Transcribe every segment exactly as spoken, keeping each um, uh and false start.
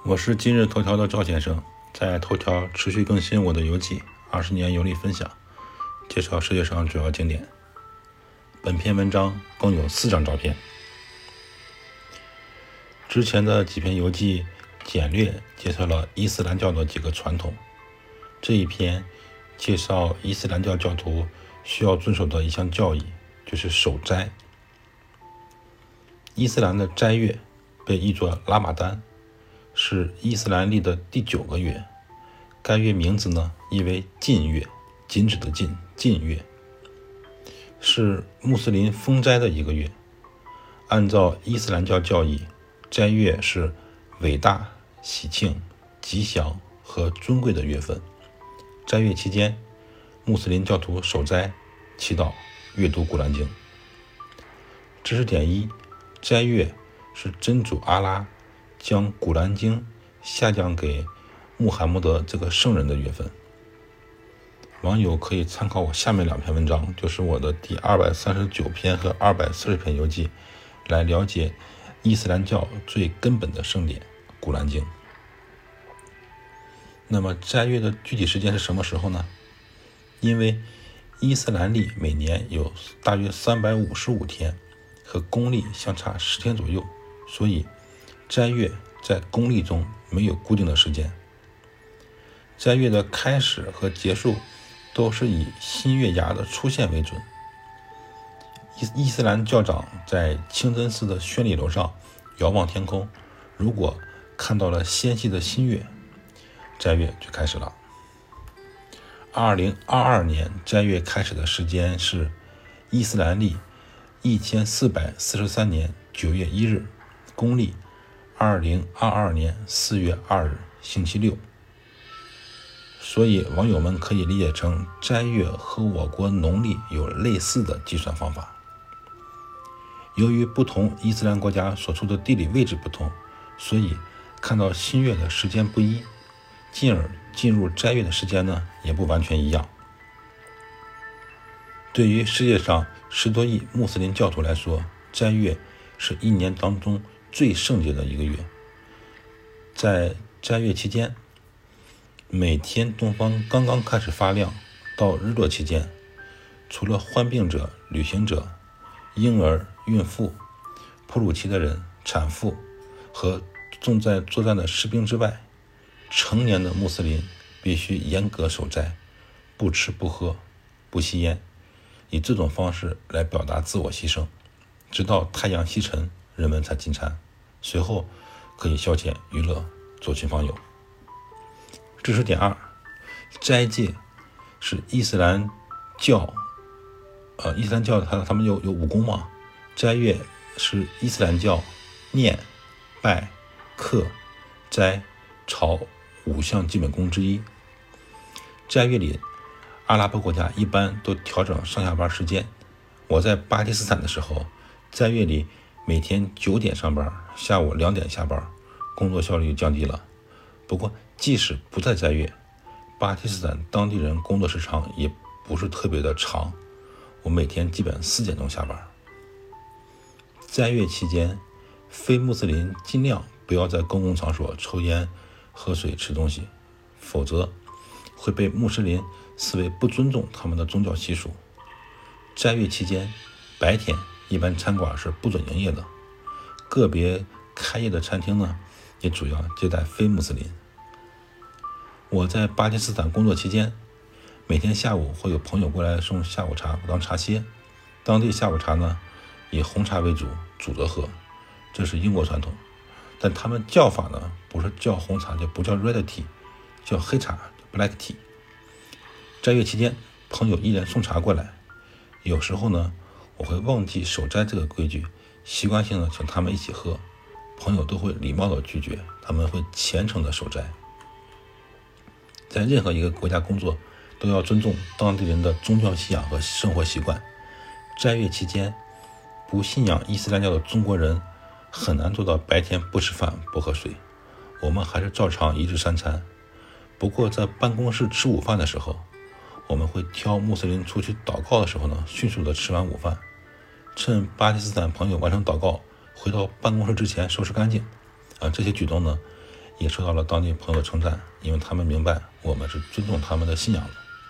我是今日头条的赵先生，在头条持续更新我的游记，二十年游历分享，介绍世界上主要景点。本篇文章共有四张照片。之前的几篇游记简略介绍了伊斯兰教的几个传统，这一篇介绍伊斯兰教教徒需要遵守的一项教义，就是守斋。伊斯兰的斋月被译作拉玛丹，是伊斯兰历的第九个月，该月名字呢译为禁月，禁止的禁，禁月，是穆斯林封斋的一个月。按照伊斯兰教教义，斋月是伟大、喜庆、吉祥和尊贵的月份。斋月期间，穆斯林教徒守斋、祈祷、阅读古兰经。知识点一：斋月是真主阿拉将古兰经下降给穆罕默德这个圣人的月份。网友可以参考我下面两篇文章，就是我的第二百三十九篇和二百四十篇游记，来了解伊斯兰教最根本的圣典古兰经。那么斋月的具体时间是什么时候呢？因为伊斯兰历每年有大约三百五十五天，和公历相差十天左右，所以斋月在公历中没有固定的时间。斋月的开始和结束都是以新月牙的出现为准。伊斯兰教长在清真寺的宣礼楼上遥望天空，如果看到了纤细的新月，斋月就开始了。二零二二年斋月开始的时间是伊斯兰历一千四百四十三年九月一日，公历二零二二年四月二日，星期六。所以网友们可以理解成斋月和我国农历有类似的计算方法。由于不同伊斯兰国家所处的地理位置不同，所以看到新月的时间不一，进而进入斋月的时间呢也不完全一样。对于世界上十多亿穆斯林教徒来说，斋月是一年当中最圣洁的一个月。在斋月期间，每天东方刚刚开始发亮到日落期间，除了患病者、旅行者、婴儿、孕妇、哺乳期的人、产妇和正在作战的士兵之外，成年的穆斯林必须严格守斋，不吃不喝不吸烟，以这种方式来表达自我牺牲，直到太阳西沉，人们才进餐，随后可以消遣娱乐，走亲访友。知识点二：斋戒是伊斯兰教，呃，伊斯兰教他他们有有五功嘛？斋月是伊斯兰教念、拜、课、斋、朝五项基本功之一。斋月里，阿拉伯国家一般都调整上下班时间。我在巴基斯坦的时候，斋月里每天九点上班，下午两点下班，工作效率降低了。不过即使不在斋月，巴基斯坦当地人工作时长也不是特别的长，我每天基本四点钟下班。斋月期间，非穆斯林尽量不要在公共场所抽烟、喝水、吃东西，否则会被穆斯林视为不尊重他们的宗教习俗。斋月期间，白天一般餐馆是不准营业的，个别开业的餐厅呢，也主要接待非穆斯林。我在巴基斯坦工作期间，每天下午会有朋友过来送下午茶当茶歇。当地下午茶呢，以红茶为主，煮着喝，这是英国传统。但他们叫法呢，不是叫红茶，就不叫 red tea， 叫黑茶 black tea。斋月期间，朋友依然送茶过来，有时候呢，我会忘记守斋这个规矩，习惯性的请他们一起喝，朋友都会礼貌的拒绝，他们会虔诚的守斋。在任何一个国家工作，都要尊重当地人的宗教信仰和生活习惯。斋月期间，不信仰伊斯兰教的中国人很难做到白天不吃饭不喝水，我们还是照常一日三餐。不过在办公室吃午饭的时候，我们会挑穆斯林出去祷告的时候呢，迅速的吃完午饭，趁巴基斯坦朋友完成祷告回到办公室之前收拾干净。啊，这些举动呢， 也受到了当地朋友的称赞，因为他们明白我们是尊重他们的信仰的。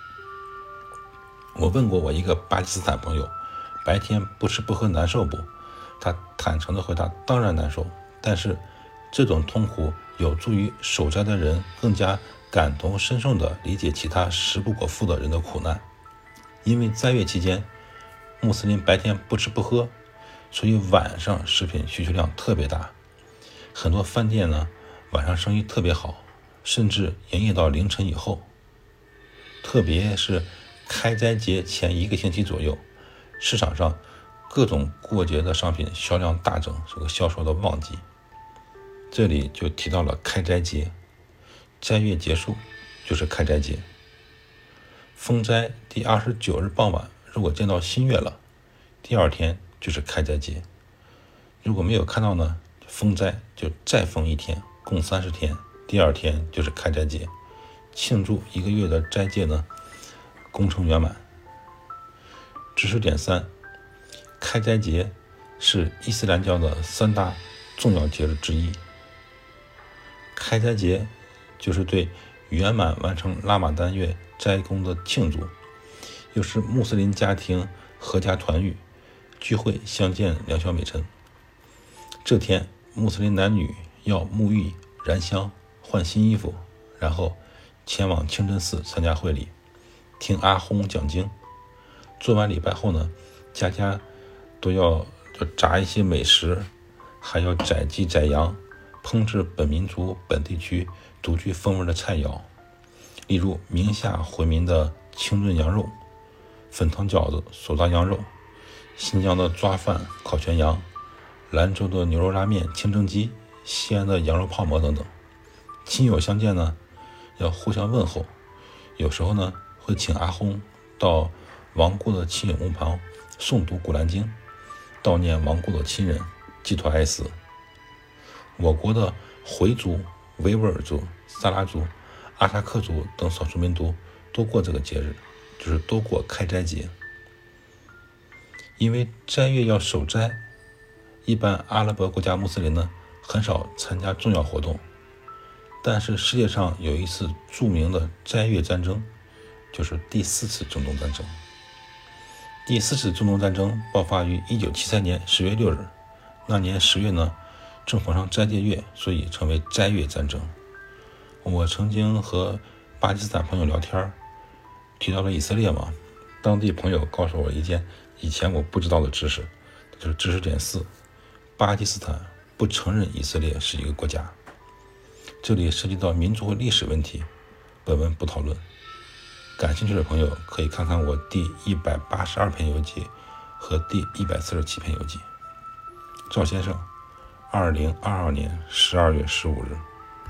我问过我一个巴基斯坦朋友，白天不吃不喝难受不？他坦诚地回答，当然难受，但是这种痛苦有助于守斋的人更加感同身受地理解其他食不果腹的人的苦难。因为斋月期间穆斯林白天不吃不喝，所以晚上食品需求量特别大，很多饭店呢晚上生意特别好，甚至营业到凌晨以后。特别是开斋节前一个星期左右，市场上各种过节的商品销量大增，是个销售的旺季。这里就提到了开斋节，斋月结束就是开斋节。封斋第二十九日傍晚，如果见到新月了，第二天就是开斋节。如果没有看到呢，封斋就再封一天，共三十天，第二天就是开斋节，庆祝一个月的斋戒呢功成圆满。知识点三，开斋节是伊斯兰教的三大重要节日之一。开斋节就是对圆满完成拉玛丹月斋功的庆祝，又是穆斯林家庭合家团聚、聚会相见良宵美晨。这天，穆斯林男女要沐浴、燃香、换新衣服，然后前往清真寺参加会礼，听阿訇讲经。做完礼拜后呢，家家都要就炸一些美食，还要宰鸡宰羊，烹制本民族本地区独具风味的菜肴，例如宁夏回民的清炖羊肉、粉汤饺子、手抓羊肉，新疆的抓饭、烤全羊，兰州的牛肉拉面、清蒸鸡，西安的羊肉泡馍等等。亲友相见呢，要互相问候，有时候呢会请阿訇到亡故的亲友墓旁诵读古兰经，悼念亡故的亲人，寄托哀思。我国的回族、维吾尔族、萨拉族、阿萨克族等少数民族都过这个节日，就是都过开斋节。因为斋月要守斋，一般阿拉伯国家穆斯林呢很少参加重要活动，但是世界上有一次著名的斋月战争，就是第四次中东战争。第四次中东战争爆发于一九七三年十月六日，那年十月呢正逢上斋戒月，所以称为斋月战争。我曾经和巴基斯坦朋友聊天，提到了以色列嘛，当地朋友告诉我一件以前我不知道的知识，就是知识点四，巴基斯坦不承认以色列是一个国家。这里涉及到民族和历史问题，本文不讨论。感兴趣的朋友可以看看我第一百八十二篇游记和第一百四十七篇游记。赵先生，二零二二年十二月十五日。